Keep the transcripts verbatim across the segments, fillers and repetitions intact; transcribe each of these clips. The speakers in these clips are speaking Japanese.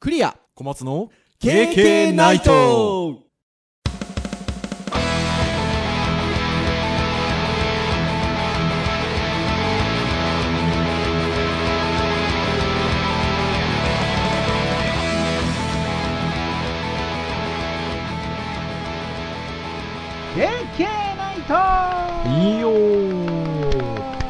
クリア小松のケーケー ナイト。 ケーケー ナイトいいよー。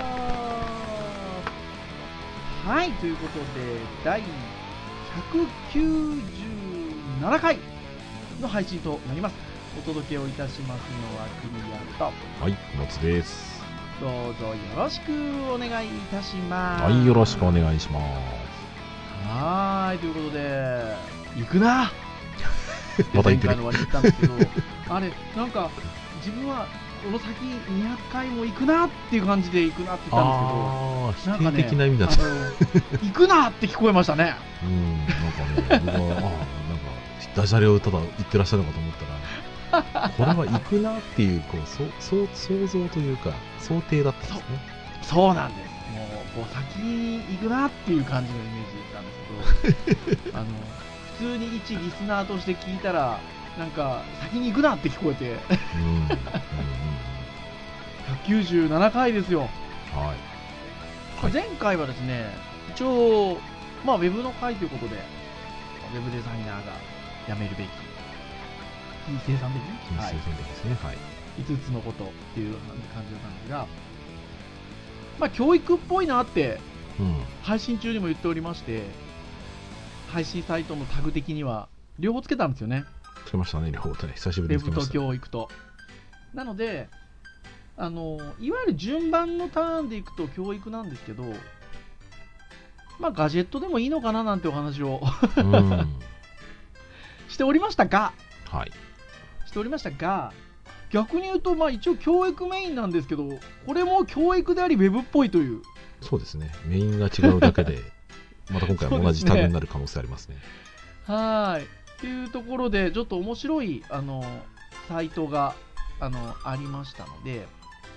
はい、ということでだいひゃくきゅうじゅうななかいの配信となります。お届けをいたしますのはクリアと、 はい、小松です。 どうぞよろしくお願いいたします。 はい、よろしくお願いします。 はーい、ということで行くなまた言ってる。 前回の終わり言ったんですけどあれ、なんか自分はこの先にひゃっかいも行くなっていう感じで行くなって言ったんですけど、 あー、否定的な意味だった。 行くなって聞こえましたね。 うん、なんかね、僕は、あー、なんか、ダジャレをただ言ってらっしゃるのかと思ったら、これは行くなっていう、こう、そそう想像というか、想定だったんですね。 そ, そうなんです。もう、こう先に行くなっていう感じのイメージで言ったんですけど、あの、普通に一リスナーとして聞いたら、なんか、先に行くなって聞こえて、 うんうんうん、 ひゃくきゅうじゅうななかいですよ。 はい。はい、 前回はですね、一応、まあ、ウェブの回ということで、ウェブデザイナーが辞めるべき、非生産的非生産的ですね。はい。 いつつのことっていう感じだったんですが、まあ、教育っぽいなって、 うん、 配信中にも言っておりまして、配信サイトのタグ的には、両方つけたんですよね。 つけましたね、両方とね。久しぶウェブとりにつけました。 教育と。なので、あのいわゆる順番のターンでいくと教育なんですけど、まあガジェットでもいいのかななんてお話をうんしておりましたが、 はい、 しておりましたが、逆に言うと、まあ一応教育メインなんですけど、これも教育でありウェブっぽいという。 そうですね、メインが違うだけで、また今回も同じタグになる可能性ありますね。 はい。っていうところで、ちょっと面白いあのサイトがあのありましたので、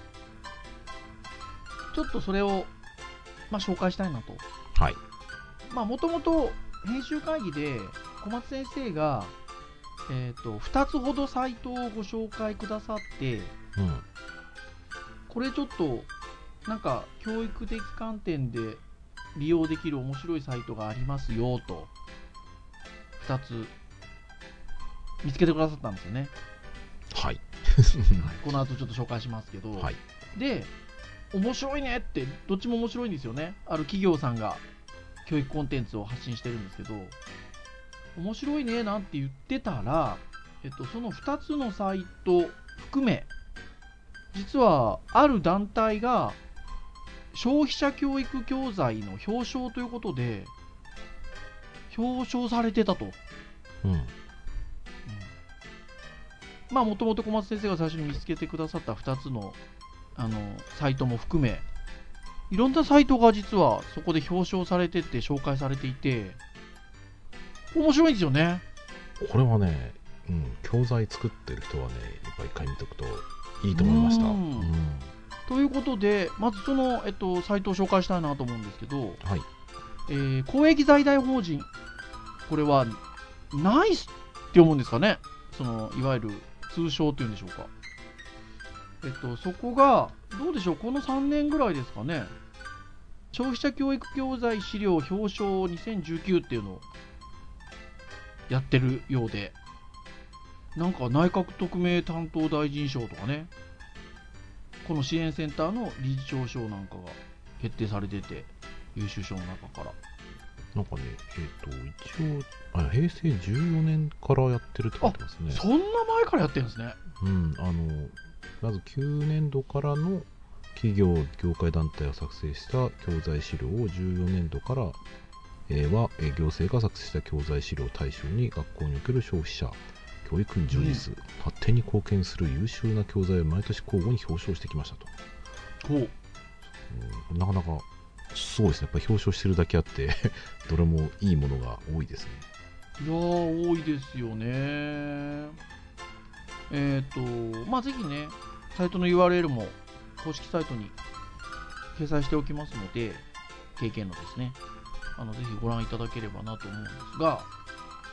ちょっとそれを、まあ、紹介したいなと。 はい。 まあもともと編集会議で小松先生が、えー、とふたつほどサイトをご紹介くださって、 うん、 これちょっとなんか教育的観点で利用できる面白いサイトがありますよとふたつ見つけてくださったんですよね。 はい。 この後ちょっと紹介しますけど、 はい、 で面白いねって、どっちも面白いんですよね。ある企業さんが教育コンテンツを発信してるんですけど、面白いねなんて言ってたら、えっと、そのふたつのサイト含め、実はある団体が消費者教育教材の表彰ということで表彰されてたと。 うん、 まあもともと小松先生が最初に見つけてくださったふたつのあのサイトも含め、いろんなサイトが実はそこで表彰されてて紹介されていて、面白いんですよね。 これはね、うん、教材作ってる人はね、やっぱり一回見とくといいと思いました。 うんうん、 ということで、まずその、えっと、サイトを紹介したいなと思うんですけど、 はい、 えー公益財団法人、これはナイスって思うんですかね、そのいわゆる通称というんでしょうか。えっと、そこがどうでしょう、このさんねんぐらいですかね、消費者教育教材資料表彰にせんじゅうきゅうっていうのをやってるようで、なんか内閣特命担当大臣賞とかね、この支援センターの理事長賞なんかが決定されてて、優秀賞の中から。 なんかね、えっ、と、一応、あ、へいせいじゅうよねんからやってるって書いてますね。 そんな前からやってるんですね。 うん、あの、まずきゅうねんどからの企業業界団体が作成した教材資料をじゅうよねんどから、えー、は、えー行政が作成した教材資料を対象に学校における消費者教育に充実、うん、発展に貢献する優秀な教材を毎年交互に表彰してきましたと。 ほう、 うん、なかなかすごいですね。やっぱり表彰してるだけあってどれもいいものが多いですね。 いやー、多いですよね。えっ、ー、とまあぜひね、サイトの ユーアールエル も公式サイトに掲載しておきますので、ケーケー のですね、あのぜひご覧いただければなと思うんですが、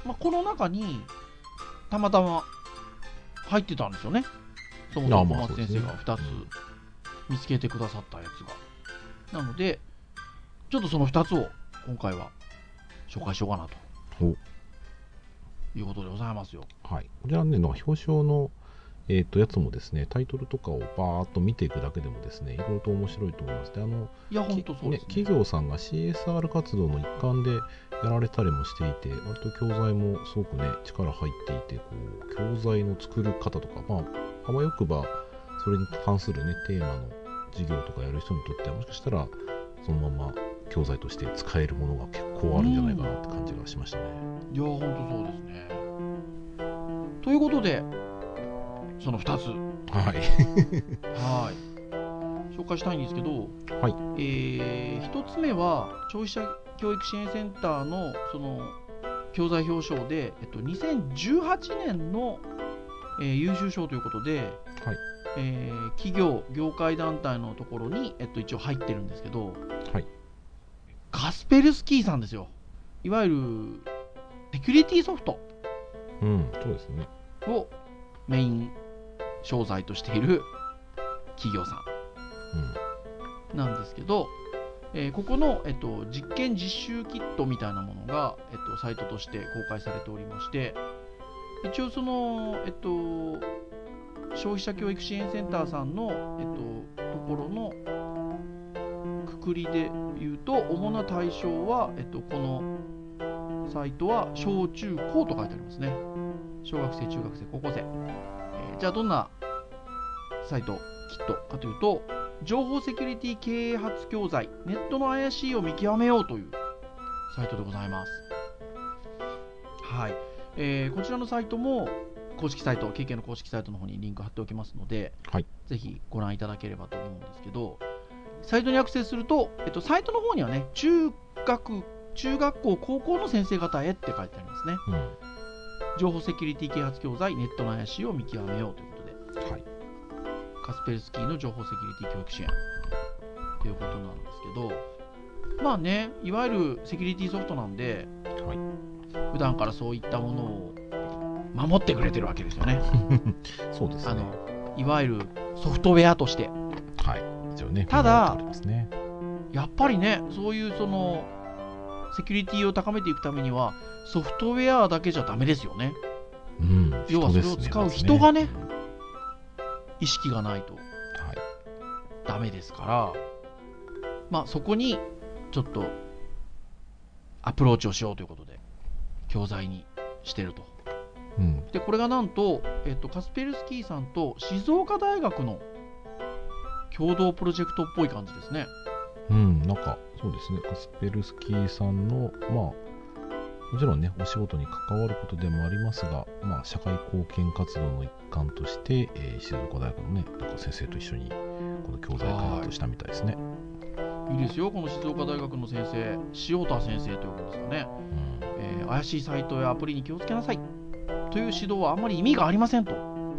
まあ、この中にたまたま入ってたんですよね。そもそも小松先生がふたつ見つけてくださったやつが。なのでちょっとそのふたつを今回は紹介しようかなということでございますよ。 はい。じゃあね、表彰の、えー、とやつもですね、タイトルとかをバーっと見ていくだけでもですね、いろいろと面白いと思います。で、あの、 いや、本当そうですね。 ね、企業さんが シーエスアール 活動の一環でやられたりもしていて、割と教材もすごくね、力入っていて、こう教材の作る方とか、まあ、あわよくば、それに関するね、テーマの授業とかやる人にとっては、もしかしたら、そのまま教材として使えるものが結構あるんじゃないかなって感じがしましたね。 いや、本当そうですね。ということで、そのふたつ、 はい。 はい紹介したいんですけど、 はいえー、ひとつめは消費者教育支援センターのその教材表彰で、えっと、にせんじゅうはちねんの、えー、優秀賞ということで、 はいえー、企業業界団体のところに、えっと、一応入ってるんですけど、 はい、 カスペルスキーさんですよ。いわゆるセキュリティソフトうんそうですねをメイン商材としている企業さんなんですけど、えーここの、えっと、実験実習キットみたいなものが、えっと、サイトとして公開されておりまして、一応その、えっと、消費者教育支援センターさんの、えっと、ところのくくりで言うと、主な対象は、えっと、このサイトは小中高と書いてありますね。小学生、中学生、高校生、えーじゃあどんなサイトキットかというと、情報セキュリティ啓発教材、ネットの怪しいを見極めようというサイトでございます。はい、えーこちらのサイトも公式サイト、ケーケー の公式サイトの方にリンク貼っておきますので、 はい、 ぜひご覧いただければと思うんですけど、サイトにアクセスすると、えっと、サイトの方にはね、中学、中学校、高校の先生方へって書いてありますね。 うん情報セキュリティ啓発教材、ネットの怪しいを見極めようということで、 はい、 カスペルスキーの情報セキュリティ教育支援ということなんですけど、まあね、いわゆるセキュリティソフトなんで、 はい、 普段からそういったものを守ってくれてるわけですよね。 そうですね。 あのいわゆるソフトウェアとして。 はい、一応ね。 ただ、 見られておりますね、 やっぱりね、そういうそのセキュリティを高めていくためには、ソフトウェアだけじゃダメですよね。 うん、 要はそれを使う人がね、意識がないとダメですから、まあそこにちょっとアプローチをしようということで教材にしてると。 うん、 でこれがなんと、えっと、カスペルスキーさんと静岡大学の共同プロジェクトっぽい感じですね。 うん、なんかそうですね、カスペルスキーさんの、まあ、もちろんね、お仕事に関わることでもありますが、まあ、社会貢献活動の一環として、えー、静岡大学のね、なんか先生と一緒にこの教材開発したみたいですね。 いいですよ、この静岡大学の先生、塩田先生ということですかね、うんえー、怪しいサイトやアプリに気をつけなさいという指導はあんまり意味がありませんと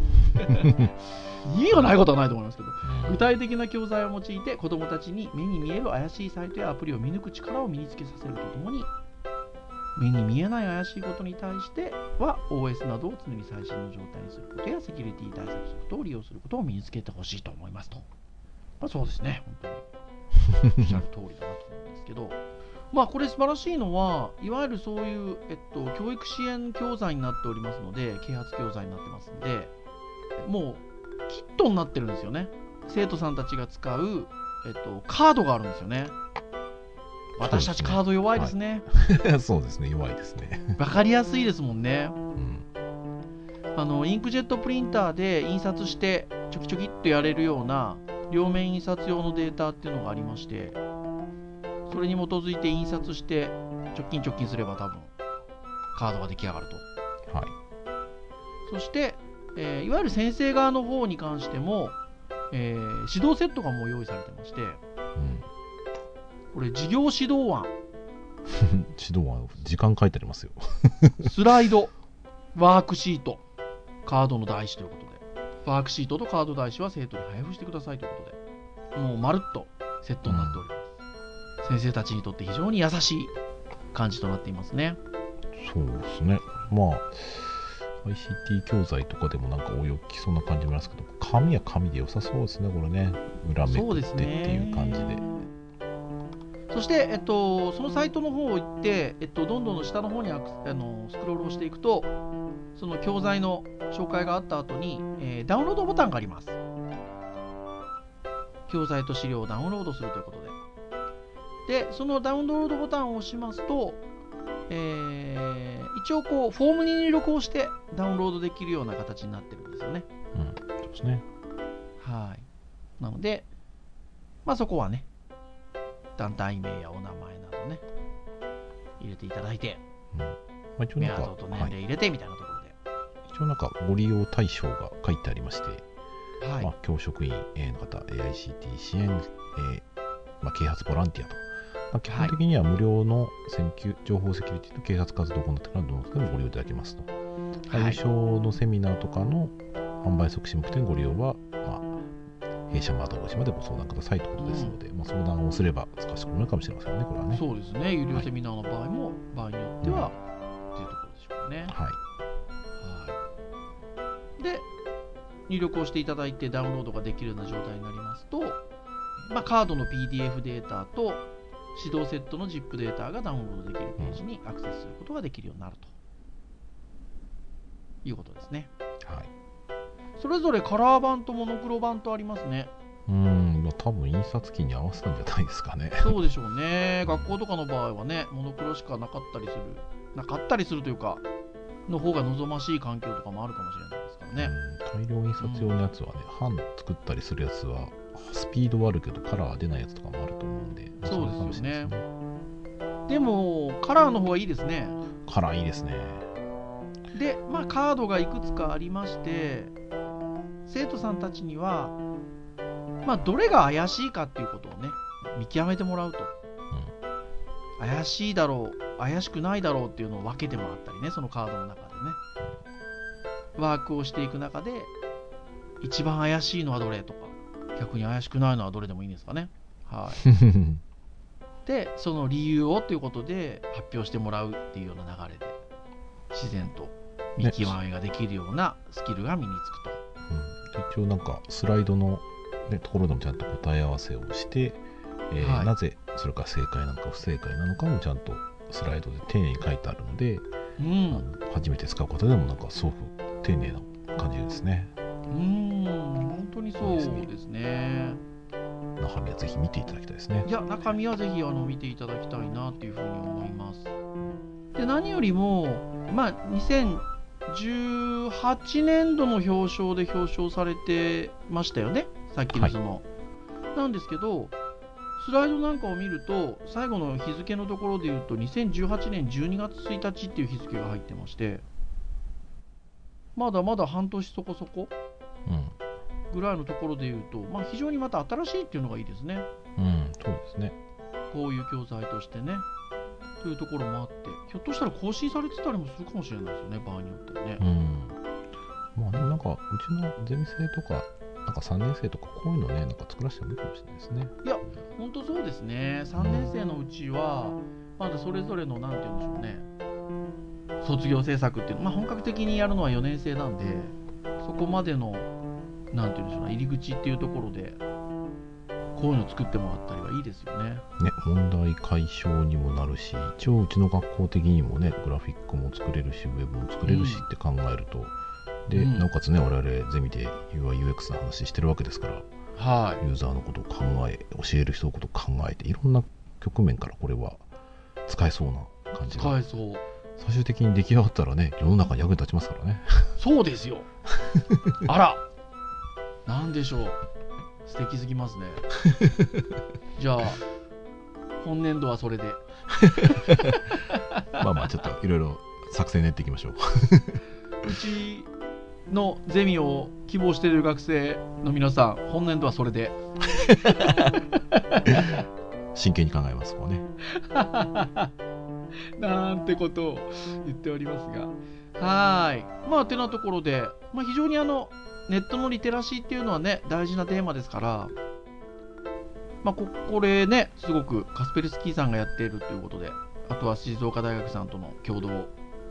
意味がないことはないと思いますけど、具体的な教材を用いて子どもたちに目に見える怪しいサイトやアプリを見抜く力を身につけさせるとともに、目に見えない怪しいことに対しては オーエス などを常に最新の状態にすることやセキュリティ対策ソフトを利用することを身につけてほしいと思いますと。まあ、そうですね、本当におっしゃる通りだなと思うんですけど、まあこれ素晴らしいのは、いわゆるそういう、えっと、教育支援教材になっておりますので、啓発教材になってますんで、もうキットになってるんですよね。生徒さんたちが使う、えっと、カードがあるんですよね。私たちカード弱いですね。 そうですね、弱いですね。 わかりやすいですもんね。 うん、 あのインクジェットプリンターで印刷してちょきちょきっとやれるような両面印刷用のデータっていうのがありまして、それに基づいて印刷して直近直近すれば多分カードが出来上がると。 はい、 そして、えー、いわゆる先生側の方に関しても、えー、指導セットがもう用意されてまして、うん、これ事業指導案指導案時間書いてありますよスライド、ワークシート、カードの台紙ということで、ワークシートとカード台紙は生徒に配布してくださいということで、もうまるっとセットになっております、うん、先生たちにとって非常に優しい感じとなっていますね。 そうですね。まあ アイシーティー 教材とかでもなんか応用きそうな感じもありますけど、紙は紙で良さそうですね、これね。裏めくってっていう感じで。 そして、えっと、そのサイトの方を行って、えっと、どんどん下の方にアクあのスクロールをしていくと、その教材の紹介があった後に、えーダウンロードボタンがあります。教材と資料をダウンロードするということで。で、そのダウンロードボタンを押しますと、えー一応こうフォームに入力をしてダウンロードできるような形になってるんですよね。 うん、そうですね。 はい。なので、まあそこはね、団体名やお名前などね、入れていただいて、 うん、まあ、一応なんか、 メアドと年齢入れてみたいなところで。 一応なんかご利用対象が書いてありまして、 はい。 まあ、教職員の方、アイシーティー 支援、えーまあ、啓発ボランティアと、まあ、基本的には無料の選挙情報セキュリティと啓発活動を行っているのでもご利用いただけますと。 はい有償のセミナーとかの販売促進目的のご利用は、まあ、弊社窓口までご相談くださいということですので、うん、まあ、相談をすれば使わせてもらえるかもしれませんね、これはね。 そうですね、有料セミナーの場合も、はい、場合によっては、うん、っていうところでしょうね。 はい。 はい、で、入力をしていただいてダウンロードができるような状態になりますと、まあ、カードの ピーディーエフ データと指導セットの ジップ データがダウンロードできるページにアクセスすることができるようになるということですね。 はい。 それぞれカラー版とモノクロ版とありますね。 うーん、まあ、多分印刷機に合わせたんじゃないですかね。 そうでしょうね。学校とかの場合はね、モノクロしかなかったりする、なかったりするというか、の方が望ましい環境とかもあるかもしれないですからね。 うん、大量印刷用のやつはね、うん、版作ったりするやつはスピードはあるけどカラー出ないやつとかもあると思うんで、 そうですよね。でもカラーの方がいいですね。 カラーいいですね。 で、まあ、カードがいくつかありまして、生徒さんたちには、まあ、どれが怪しいかっていうことをね、見極めてもらうと、うん、怪しいだろう、怪しくないだろうっていうのを分けてもらったりね、そのカードの中でね、ワークをしていく中で、一番怪しいのはどれとか、逆に怪しくないのはどれでもいいんですかね。はい。で、その理由をということで発表してもらうっていうような流れで、自然と見極めができるようなスキルが身につくと。 うん、一応なんかスライドの、ね、ところでもちゃんと答え合わせをして、えーはい、なぜそれが正解なのか不正解なのかもちゃんとスライドで丁寧に書いてあるので、うん、初めて使う方でもなんかすごく丁寧な感じですね。 うーん、本当にそうですね。 中身はぜひ見ていただきたいですね。 いや、中身はぜひあの見ていただきたいなというふうに思います。で、何よりも、まあ、にせんじゅうはちねんどの表彰で表彰されてましたよね、さっきのその。はい、なんですけど、スライドなんかを見ると、最後の日付のところで言うと、にせんじゅうはちねんじゅうにがつついたちっていう日付が入ってまして、まだまだ半年そこそこぐらいのところで言うと、まあ、非常にまた新しいっていうのがいいですね。 うん、そうですね。 こういう教材としてね。というところもあって、ひょっとしたら更新されてたりもするかもしれないですよね、場合によってはね。 うん。まあでもなんか、うちのゼミ生とか、なんかさんねん生とかこういうのね、なんか作らせてもいいかもしれないですね。 いや、ほんとそうですね。さんねん生のうちは、まだそれぞれの、なんて言うんでしょうね、卒業制作っていうの、まあ本格的にやるのはよねん生なんで、そこまでの、なんて言うんでしょうね、入り口っていうところで、こういうの作ってもらったりはいいですよね。 ね、問題解消にもなるし、一応うちの学校的にもね、グラフィックも作れるし、ウェブも作れるしって考えると、うん、で、うん、なおかつね、我々ゼミで ユーアイユーエックス の話してるわけですから、 はい、 ユーザーのことを考え、教える人のことを考えて、いろんな局面からこれは使えそうな感じが。 使えそう。 最終的に出来上がったらね、世の中に役に立ちますからね。 そうですよ。あら、なんでしょう。素敵すぎますね。じゃあ本年度はそれでまあまあちょっといろいろ作戦練っていきましょう。 うちのゼミを希望している学生の皆さん、本年度はそれで真剣に考えますもんね。 なんてことを言っておりますが、はい、まあてなところで、まあ、非常にあのネットのリテラシーっていうのはね、大事なテーマですから、まあ、こ, これね、すごくカスペルスキーさんがやっているということで、あとは静岡大学さんとの共同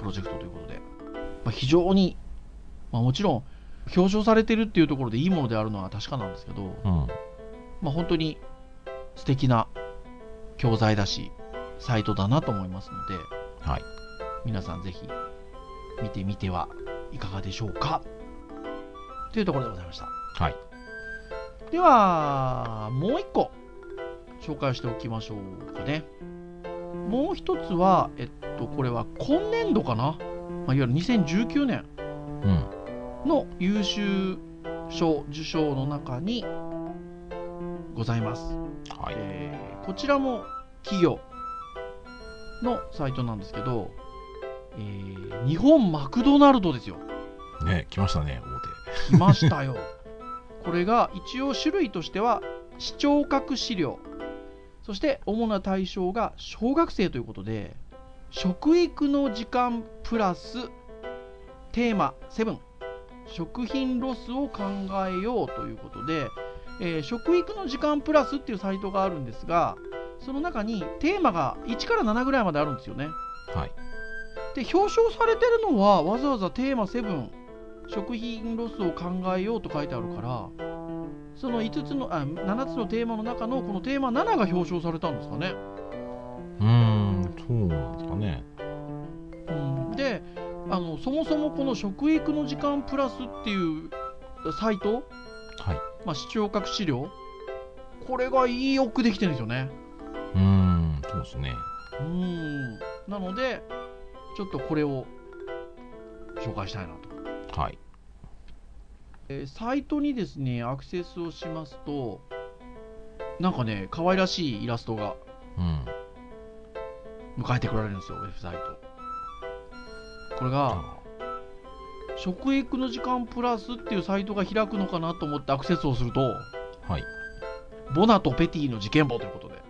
プロジェクトということで、まあ、非常に、まあ、もちろん表彰されてるっていうところでいいものであるのは確かなんですけど、 うん、 まあ、本当に素敵な教材だしサイトだなと思いますので、 はい、 皆さんぜひ見てみてはいかがでしょうかというところでございました。 はい、 ではもう一個紹介しておきましょうかね。もう一つは、えっと、これは今年度かな、まあ、いわゆるにせんじゅうきゅうねんの優秀賞受賞の中にございます、 はい、 えー、こちらも企業のサイトなんですけど、えー、日本マクドナルドですよ。 ね、来ましたね、大手来ましたよこれが一応種類としては視聴覚資料、そして主な対象が小学生ということで、食育の時間プラステーマなな、食品ロスを考えようということで、えー、食育の時間プラスっていうサイトがあるんですが、その中にテーマがいちからななぐらいまであるんですよね。 はい、 で表彰されてるのはわざわざテーマなな、食品ロスを考えようと書いてあるから、そのいつつのあななつのテーマの中のこのテーマななが表彰されたんですかね。 うーん、そうなんですかね。 うん、であのそもそもこの食育の時間プラスっていうサイト、 はい、 まあ、視聴覚資料、これがいいよくできてるんですよね。 うーん、そうですね。 うーん、なのでちょっとこれを紹介したいなと。 はい、 えーサイトにですねアクセスをしますと、なんかね可愛らしいイラストがうん、 迎えてくられるんですよ、ウェブサイト。これが食育の時間プラスっていうサイトが開くのかなと思ってアクセスをすると、 はい、 ボナとペティの事件簿ということで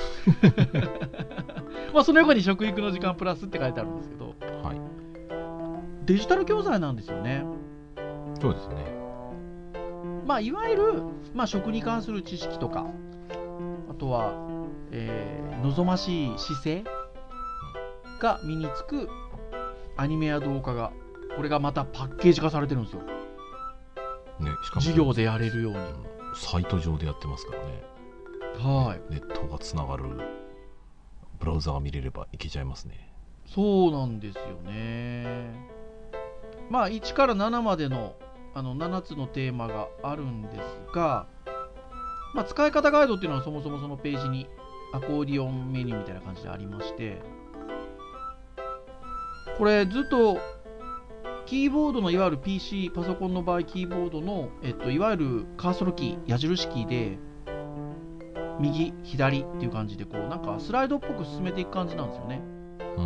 まあその横に食育の時間プラスって書いてあるんですけど、 はい、 デジタル教材なんですよね。 そうですね。 まあいわゆる、まあ、食に関する知識とか、あとは、えー望ましい姿勢が身につくアニメや動画が、これがまたパッケージ化されてるんですよ。 ね、しかも授業でやれるように、 うんサイト上でやってますからね。 はい、 ネットがつながるブラウザが見れればいけちゃいますね。 そうなんですよね。まあいちからななまでのあのななつのテーマがあるんですが、まあ、使い方ガイドっていうのはそもそもそのページにアコーディオンメニューみたいな感じでありまして、これずっとキーボードのいわゆる ピーシー パソコンの場合キーボードの、えっと、いわゆるカーソルキー、矢印キーで右左っていう感じでこうなんかスライドっぽく進めていく感じなんですよね。 うん、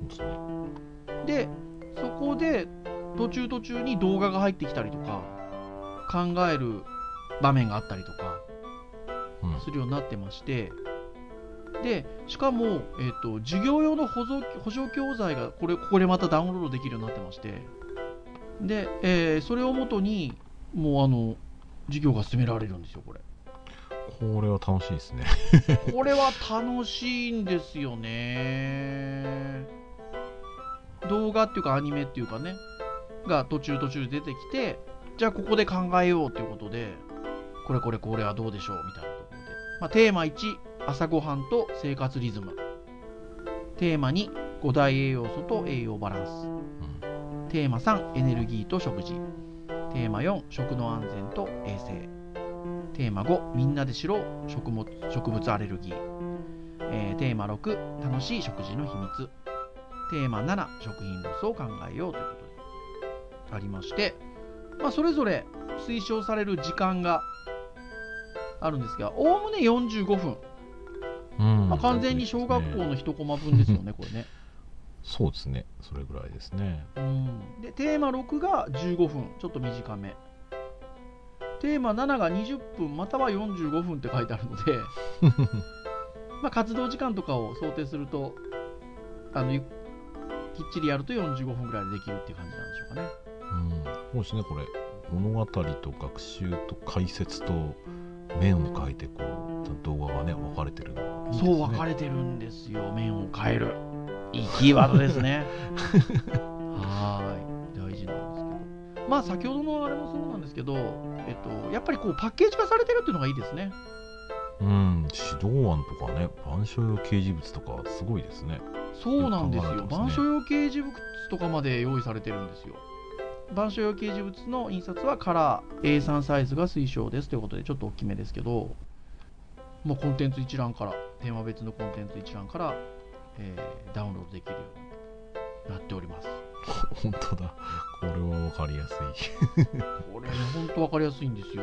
そうですね。 でそこで途中途中に動画が入ってきたりとか考える場面があったりとかうん、 するようになってまして、でしかも、えー、と授業用の補助補助教材がこれここでまたダウンロードできるようになってまして、で、えーそれをもとにもうあの授業が進められるんですよ。これこれは楽しいですね。 これは楽しいんですよね。動画っていうかアニメっていうかねが途中途中で出てきて、じゃあここで考えようということで、これこれこれはどうでしょうみたいなところで、まあ、テーマいち、朝ごはんと生活リズム。テーマに、ご大栄養素と栄養バランス。 うん、 テーマさん、エネルギーと食事。テーマよん、食の安全と衛生。テーマご、みんなで知ろう食物、植物アレルギー、えーテーマろく、楽しい食事の秘密。テーマなな、食品ロスを考えようということでありまして、まあ、それぞれ推奨される時間があるんですが、おおむねよんじゅうごふん、 うんまあ、完全に小学校のいちコマ分ですよねこれね。 そうですね、それぐらいですね。 うんでテーマろくがじゅうごふん、ちょっと短め。テーマなながにじゅっぷんまたはよんじゅうごふんって書いてあるのでまあ活動時間とかを想定すると、あのきっちりやるとよんじゅうごふんぐらいでできるっていう感じなんでしょうかね。 うん、そうですね、これ物語と学習と解説と面を変えてこう動画がね分かれてるのがいいですね。 そう分かれてるんですよ。面を変える。 いいキーワードですね。はーい、大事なんですけど、まあ先ほどのあれもそうなんですけど、えっとやっぱりこうパッケージ化されてるっていうのがいいですね。 うん、指導案とかね、板書用掲示物とかすごいですね。 そうなんですよ。 よく考えてますね板書用掲示物とかまで用意されてるんですよ。板書用掲示物の印刷はカラー エースリー サイズが推奨ですということで、ちょっと大きめですけど、もうコンテンツ一覧から、テーマ別のコンテンツ一覧から、えーダウンロードできるようになっております。 本当だ、これは分かりやすい。 これね、ほんと分かりやすいんですよ。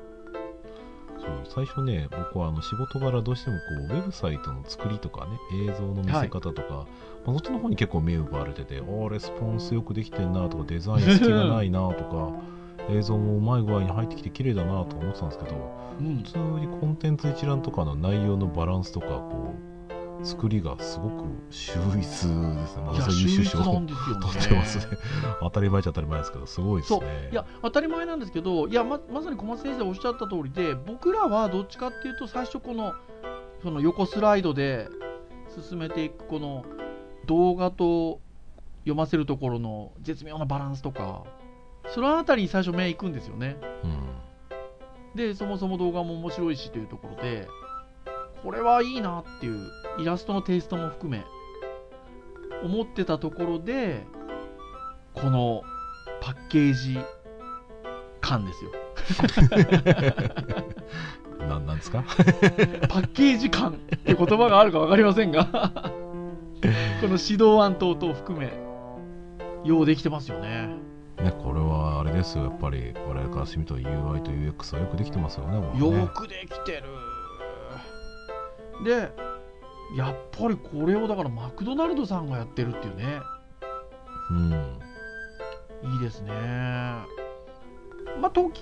そう、最初ね、僕はあの仕事柄どうしてもこうウェブサイトの作りとかね、映像の見せ方とか、まあ、そっちの方に結構目を奪われてて、ああレスポンスよくできてんなとか、デザイン隙がないなとか映像もうまい具合に入ってきて綺麗だなとか思ってたんですけど、 うん、 普通にコンテンツ一覧とかの内容のバランスとかこう作りがすごく秀逸ですね。まあ、そういう優秀賞を取ってますね。当たり前っちゃ当たり前ですけど、すごいですね。 そういや当たり前なんですけど、いや ま, まさに小松先生おっしゃった通りで、僕らはどっちかっていうと最初このその横スライドで進めていくこの動画と読ませるところの絶妙なバランスとか、そのあたりに最初目いくんですよね。 うん、 でそもそも動画も面白いしというところで、これはいいなっていうイラストのテイストも含め思ってたところで、このパッケージ感ですよ。 ななんですか？ パッケージ感って言葉があるか分かりませんがこの指導案等々含めようできてますよね。 ね、これはあれですよ、やっぱり我々からしてみると ユーアイ と ユーエックス はよくできてますよね。これねよくできてる。でやっぱりこれをだからマクドナルドさんがやってるっていうね、 うん、 いいですね。まあ時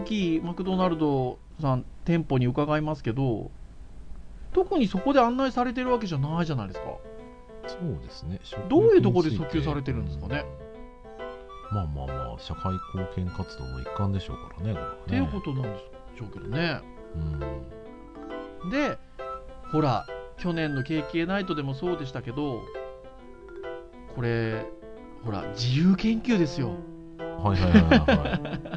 々マクドナルドさん店舗に伺いますけど、特にそこで案内されてるわけじゃないじゃないですか。 そうですね。 どういうところで訴求されてるんですかね。 うん、まあまあまあ社会貢献活動の一環でしょうからね。これねっていうことなんでしょうけどね。 うん、 でほら去年の ケーケー ナイトでもそうでしたけど、これほら自由研究ですよ。 はいはいはいはい。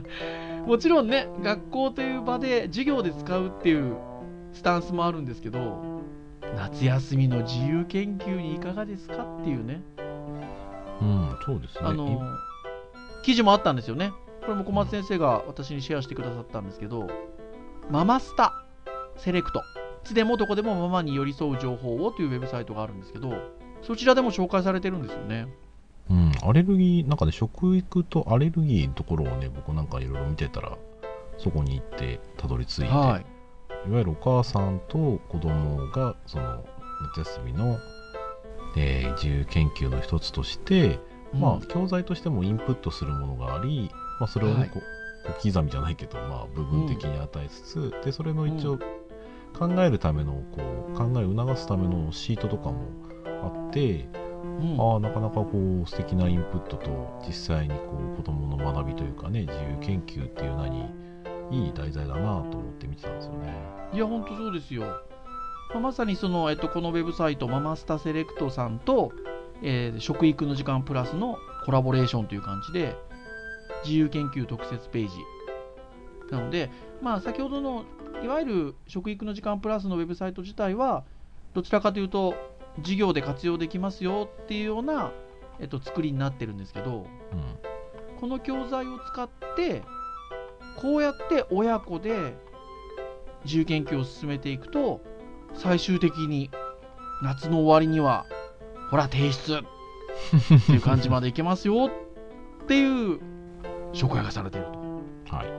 もちろんね、学校という場で授業で使うっていうスタンスもあるんですけど、夏休みの自由研究にいかがですかっていうね、 うん、そうですね。 あの記事もあったんですよね。これも小松先生が私にシェアしてくださったんですけど、ママスタセレクト、いつでもどこでもママに寄り添う情報をというウェブサイトがあるんですけど、そちらでも紹介されてるんですよね。 うん、アレルギー、なんかね、食育とアレルギーのところをね、僕なんかいろいろ見てたら、そこに行ってたどり着いて、はい、いわゆるお母さんと子供が、その夏休みの、えー、自由研究の一つとして、うん、まあ、教材としてもインプットするものがあり、まあ、それを、ね、はい、こ小刻みじゃないけど、まあ、部分的に与えつつ、うん、でそれの一応、考えるためのこう考えを促すためのシートとかもあって、うん、ああなかなかこう素敵なインプットと実際にこう子どもの学びというかね、自由研究っていう名にいい題材だなと思って見てたんですよね。 いや本当そうですよ。まあ、まさにその、えっと、このウェブサイトママスタセレクトさんと、えー、食育の時間プラスのコラボレーションという感じで自由研究特設ページなので、まあ先ほどのいわゆる食育の時間プラスのウェブサイト自体はどちらかというと授業で活用できますよっていうような、えっと、作りになってるんですけど、うん、この教材を使ってこうやって親子で自由研究を進めていくと、最終的に夏の終わりにはほら提出っていう感じまでいけますよっていう紹介がされていると、はい、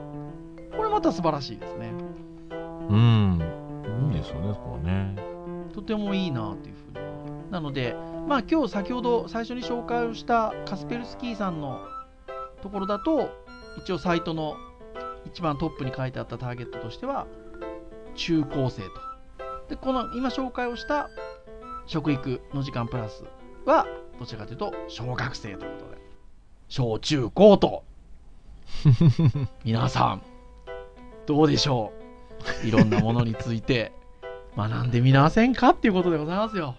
これまた素晴らしいですね。 うん、いいですよね、そこはね。 とてもいいなっていうふうに。なので、まあ今日先ほど最初に紹介をしたカスペルスキーさんのところだと、一応サイトの一番トップに書いてあったターゲットとしては中高生と。で、この今紹介をした食育の時間プラスはどちらかというと小学生ということで、小中高と皆さんどうでしょう、いろんなものについて学んでみませんかっていうことでございますよ。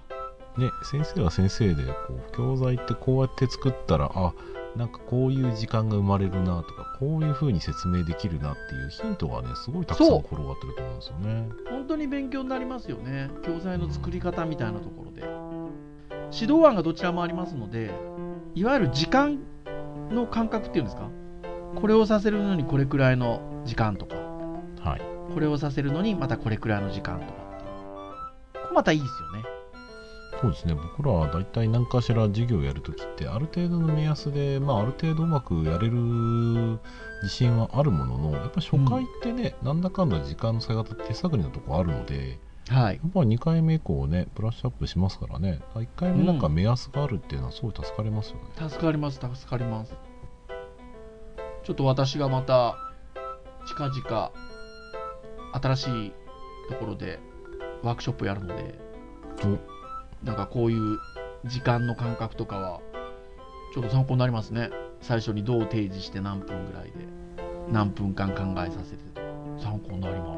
ね、先生は先生でこう教材ってこうやって作ったらあなんかこういう時間が生まれるなとかこういう風に説明できるなっていうヒントがねすごいたくさん転がってると思うんですよね。 本当に勉強になりますよね。教材の作り方みたいなところで、指導案がどちらもありますので、いわゆる時間の感覚っていうんですか、これをさせるのにこれくらいの時間とか、 はい、 これをさせるのにまたこれくらいの時間とかっていう、これまたいいですよね。 そうですね、僕らはだいたい何かしら授業をやるときってある程度の目安で、まあ、ある程度うまくやれる自信はあるものの、やっぱり初回ってね、うん、なんだかんだ時間の使い方手探りのとこあるので、はい、やっぱりにかいめ以降ねブラッシュアップしますからね、いっかいめなんか目安があるっていうのはすごい助かりますよね、 うん、助かります助かります。ちょっと私がまた近々新しいところでワークショップやるので、なんかこういう時間の感覚とかはちょっと参考になりますね。最初にどう提示して何分ぐらいで何分間考えさせてと参考になります。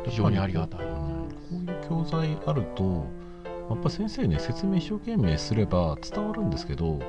非常にありがたい。 こういう教材あるとやっぱ先生ね説明一生懸命すれば伝わるんですけど、うん、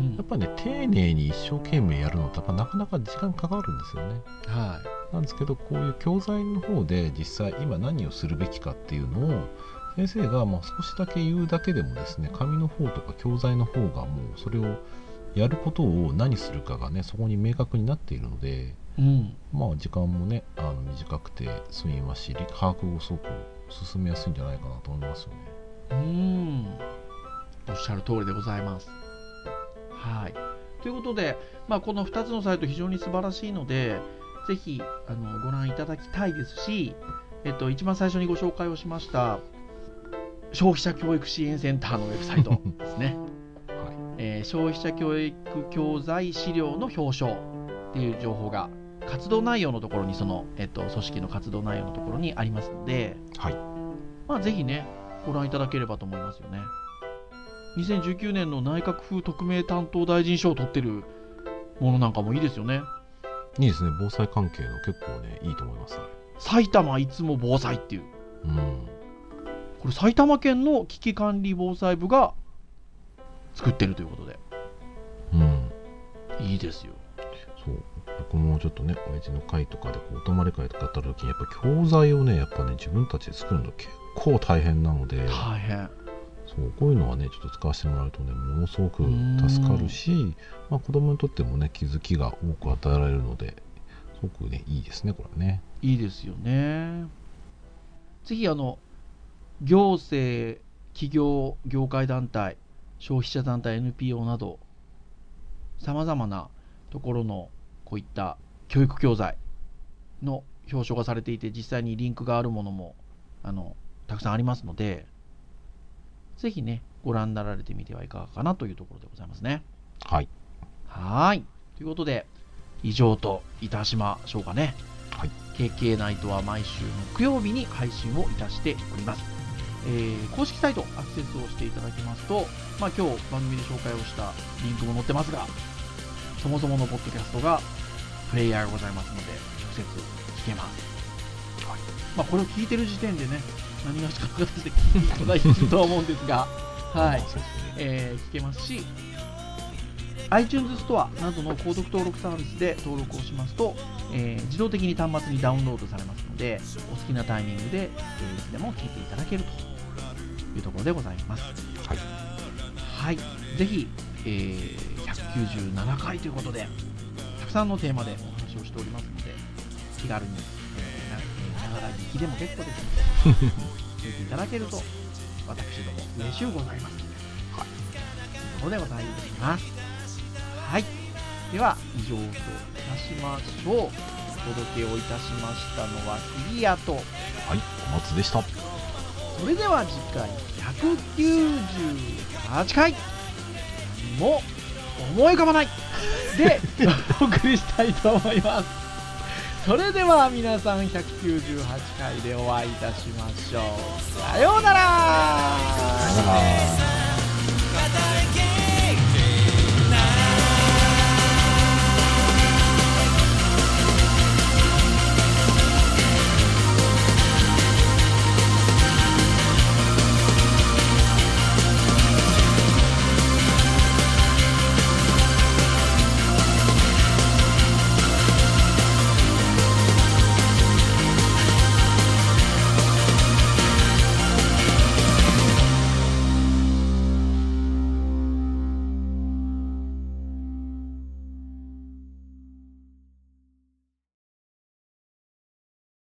やっぱね丁寧に一生懸命やるのってやっぱなかなか時間かかるんですよね。はい。なんですけどこういう教材の方で実際今何をするべきかっていうのを先生がまあ少しだけ言うだけでもですね、紙の方とか教材の方がもうそれをやることを何するかがねそこに明確になっているので、うん、まあ時間もねあの短くて済みますし把握をすごく進めやすいんじゃないかなと思いますよね。 うーん、おっしゃる通りでございます。はい。ということで、まあ、このふたつのサイト非常に素晴らしいのでぜひあのご覧いただきたいですし、えっと、一番最初にご紹介をしました消費者教育支援センターのウェブサイトですね、はいえー、消費者教育教材資料の表彰っていう情報が活動内容のところにその、えっと、組織の活動内容のところにありますので、はいまあ、ぜひねご覧いただければと思いますよね。にせんじゅうきゅうねんの内閣府特命担当大臣賞を取ってるものなんかもいいですよね。 いいですね、防災関係の結構ねいいと思います。 埼玉いつも防災っていう、うん、これ埼玉県の危機管理防災部が作ってるということで、うん、いいですよ。 そう僕もちょっとね親父の会とかでこうお泊まり会とかあった時にやっぱ教材をねやっぱね自分たちで作るの結構大変なので、大変そうこういうのはねちょっと使わせてもらうとねものすごく助かるし、まあ、子供にとってもね気づきが多く与えられるのですごくねいいですねこれね。 いいですよね。ぜひあの行政企業業界団体消費者団体 エヌピーオー などさまざまなところのこういった教育教材の表彰がされていて実際にリンクがあるものもあのたくさんありますのでぜひねご覧になられてみてはいかがかなというところでございますね。 はいはいということで以上といたしましょうかね。はい、ケーケー ナイトは毎週木曜日に配信をいたしております。えー、公式サイトアクセスをしていただきますと、まあ、今日番組で紹介をしたリンクも載ってますがそもそものポッドキャストがプレイヤーがございますので直接聞けます、はいまあ、これを聞いてる時点でね何がしか形で聞いていただいているとは思うんですがはい、えー、聞けますしiTunes ストアなどの購読登録サービスで登録をしますと、えー、自動的に端末にダウンロードされますのでお好きなタイミングで、えー、いつでも聞いていただけるというところでございます。はい、はい、ぜひ、えー、ひゃくきゅうじゅうななかいということでたくさんのテーマでお話をしておりますので気軽に、えー、ながら聞きでも結構ですので聞いていただけると私ども嬉しゅうございますので、はい、ということでございます。はい、では以上といたしましょう。お届けをいたしましたのは杉谷と、 はい、小松でした。 それでは次回ひゃくきゅうじゅうはちかい何も思い浮かばないでお送りしたいと思います。それでは皆さんひゃくきゅうじゅうはちかいでお会いいたしましょう。さようなら。さようなら。